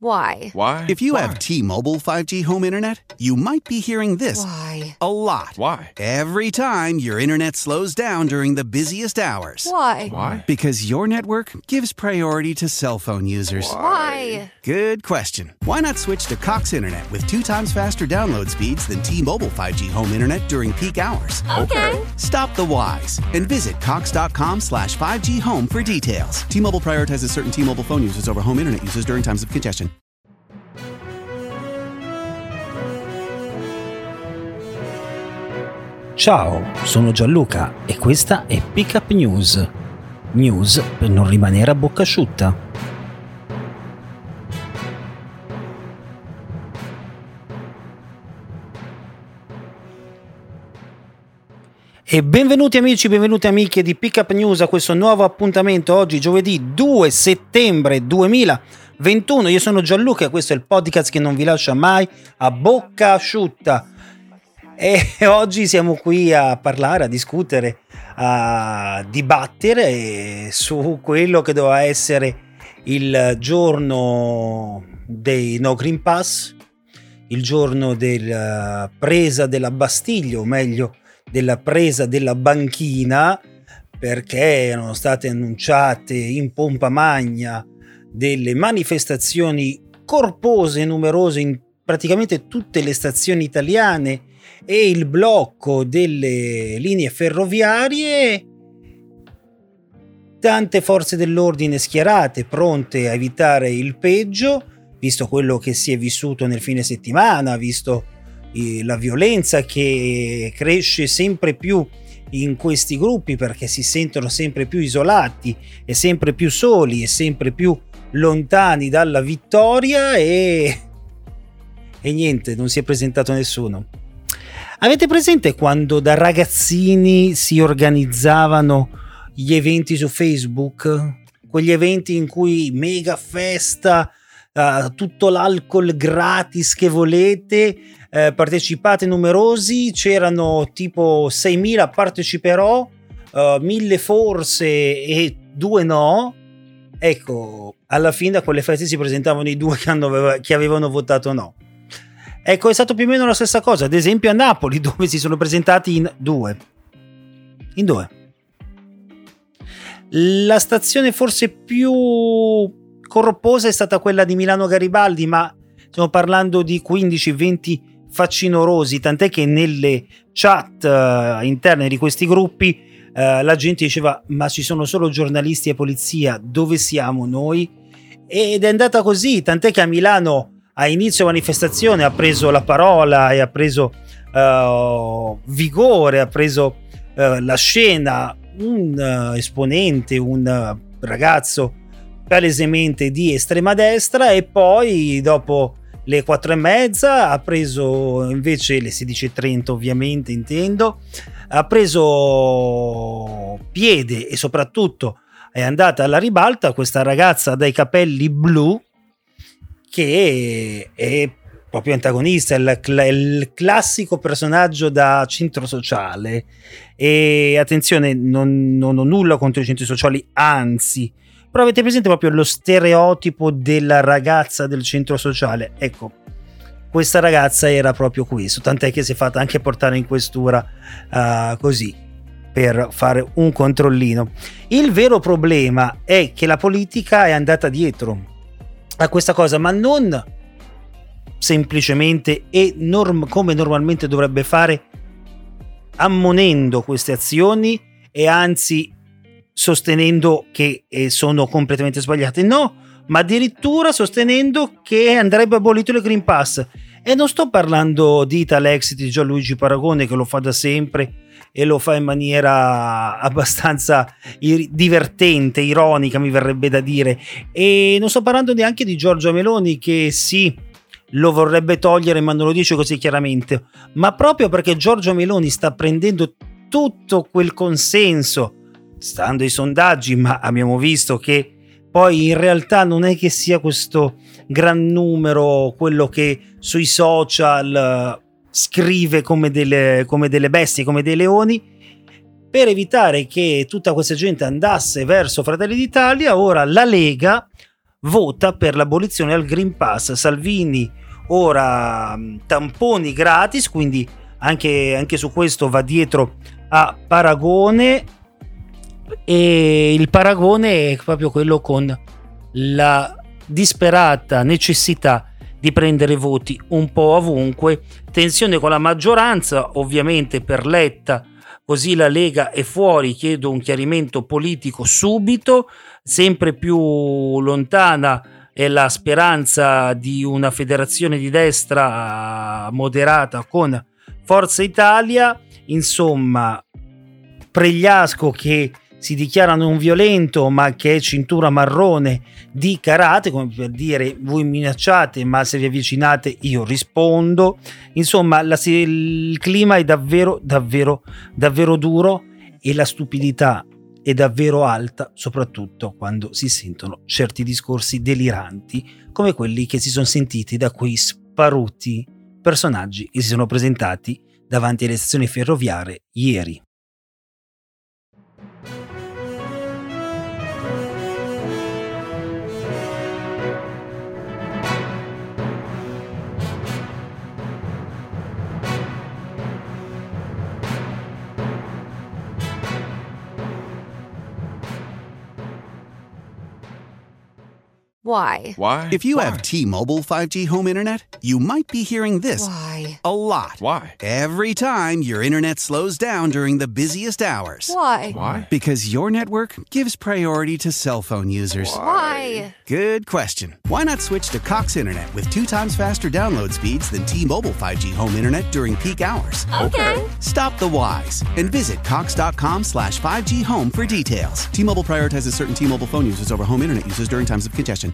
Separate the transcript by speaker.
Speaker 1: Why?
Speaker 2: Why?
Speaker 3: If you have T-Mobile 5G home internet, you might be hearing this
Speaker 1: Why?
Speaker 3: a lot.
Speaker 2: Why?
Speaker 3: Every time your internet slows down during the busiest hours.
Speaker 1: Why?
Speaker 2: Why?
Speaker 3: Because your network gives priority to cell phone users.
Speaker 1: Why?
Speaker 3: Good question. Why not switch to Cox Internet with 2 times faster download speeds than T-Mobile 5G home internet during peak hours?
Speaker 1: Okay.
Speaker 3: Stop the whys and visit cox.com/5G home for details. T-Mobile prioritizes certain T-Mobile phone users over home internet users during times of congestion.
Speaker 4: Ciao, sono Gianluca e questa è Pick Up News. News per non rimanere a bocca asciutta. E benvenuti amici, benvenuti amiche di Pick Up News a questo nuovo appuntamento oggi giovedì 2 settembre 2021. Io sono Gianluca e questo è il podcast che non vi lascia mai a bocca asciutta. E oggi siamo qui a parlare, a discutere, a dibattere su quello che doveva essere il giorno dei No Green Pass, il giorno della presa della Bastiglia, o meglio della presa della banchina, perché erano state annunciate in pompa magna delle manifestazioni corpose e numerose in praticamente tutte le stazioni italiane e il blocco delle linee ferroviarie, tante forze dell'ordine schierate pronte a evitare il peggio, visto quello che si è vissuto nel fine settimana, visto la violenza che cresce sempre più in questi gruppi perché si sentono sempre più isolati e sempre più soli e sempre più lontani dalla vittoria e niente, non si è presentato nessuno. Avete presente quando da ragazzini si organizzavano gli eventi su Facebook? Quegli eventi in cui mega festa, tutto l'alcol gratis che volete, partecipate numerosi, c'erano tipo 6.000 parteciperò, 1.000 forse e 2 no. Ecco, alla fine a quelle feste si presentavano i 2 che avevano votato no. Ecco, è stato più o meno la stessa cosa, ad esempio a Napoli, dove si sono presentati in due. La stazione forse più corposa è stata quella di Milano Garibaldi, ma stiamo parlando di 15-20 facinorosi, tant'è che nelle chat interne di questi gruppi la gente diceva: ma ci sono solo giornalisti e polizia, dove siamo noi? Ed è andata così, tant'è che a Milano a inizio manifestazione ha preso la parola e ha preso vigore, ha preso la scena un esponente, un ragazzo palesemente di estrema destra, e poi dopo le 4:30 ha preso invece le 16:30 ovviamente intendo, ha preso piede e soprattutto è andata alla ribalta questa ragazza dai capelli blu che è proprio antagonista, il classico personaggio da centro sociale. E attenzione, non ho nulla contro i centri sociali, anzi, però avete presente proprio lo stereotipo della ragazza del centro sociale? Ecco, questa ragazza era proprio questo, tant'è che si è fatta anche portare in questura così per fare un controllino. Il vero problema è che la politica è andata dietro a questa cosa, ma non semplicemente e come normalmente dovrebbe fare, ammonendo queste azioni e anzi sostenendo che sono completamente sbagliate, no, ma addirittura sostenendo che andrebbe abolito il Green Pass. E non sto parlando di Italexit di Gianluigi Paragone, che lo fa da sempre e lo fa in maniera abbastanza divertente, ironica mi verrebbe da dire, e non sto parlando neanche di Giorgia Meloni, che sì, lo vorrebbe togliere ma non lo dice così chiaramente, ma proprio perché Giorgia Meloni sta prendendo tutto quel consenso, stando ai sondaggi, ma abbiamo visto che poi in realtà non è che sia questo gran numero quello che sui social scrive come delle bestie, come dei leoni. Per evitare che tutta questa gente andasse verso Fratelli d'Italia, ora la Lega vota per l'abolizione del Green Pass. Salvini ora tamponi gratis, quindi anche su questo va dietro a paragone, e il paragone è proprio quello con la disperata necessità di prendere voti un po' ovunque, tensione con la maggioranza ovviamente per Letta, così la Lega è fuori, chiedo un chiarimento politico subito, sempre più lontana è la speranza di una federazione di destra moderata con Forza Italia, insomma Pregliasco che si dichiara non violento ma che è cintura marrone di karate, come per dire voi minacciate ma se vi avvicinate io rispondo. Insomma il clima è davvero duro e la stupidità è davvero alta, soprattutto quando si sentono certi discorsi deliranti come quelli che si sono sentiti da quei sparuti personaggi che si sono presentati davanti alle stazioni ferroviarie ieri.
Speaker 1: Why?
Speaker 2: Why?
Speaker 3: If you
Speaker 2: Why?
Speaker 3: have T-Mobile 5G home internet, you might be hearing this
Speaker 1: Why?
Speaker 3: a lot.
Speaker 2: Why?
Speaker 3: Every time your internet slows down during the busiest hours.
Speaker 1: Why?
Speaker 2: Why?
Speaker 3: Because your network gives priority to cell phone users.
Speaker 1: Why?
Speaker 3: Good question. Why not switch to Cox Internet with 2 times faster download speeds than T-Mobile 5G home internet during peak hours?
Speaker 1: Okay.
Speaker 3: Stop the whys and visit Cox.com/5G home for details. T-Mobile prioritizes certain T-Mobile phone users over home internet users during times of congestion.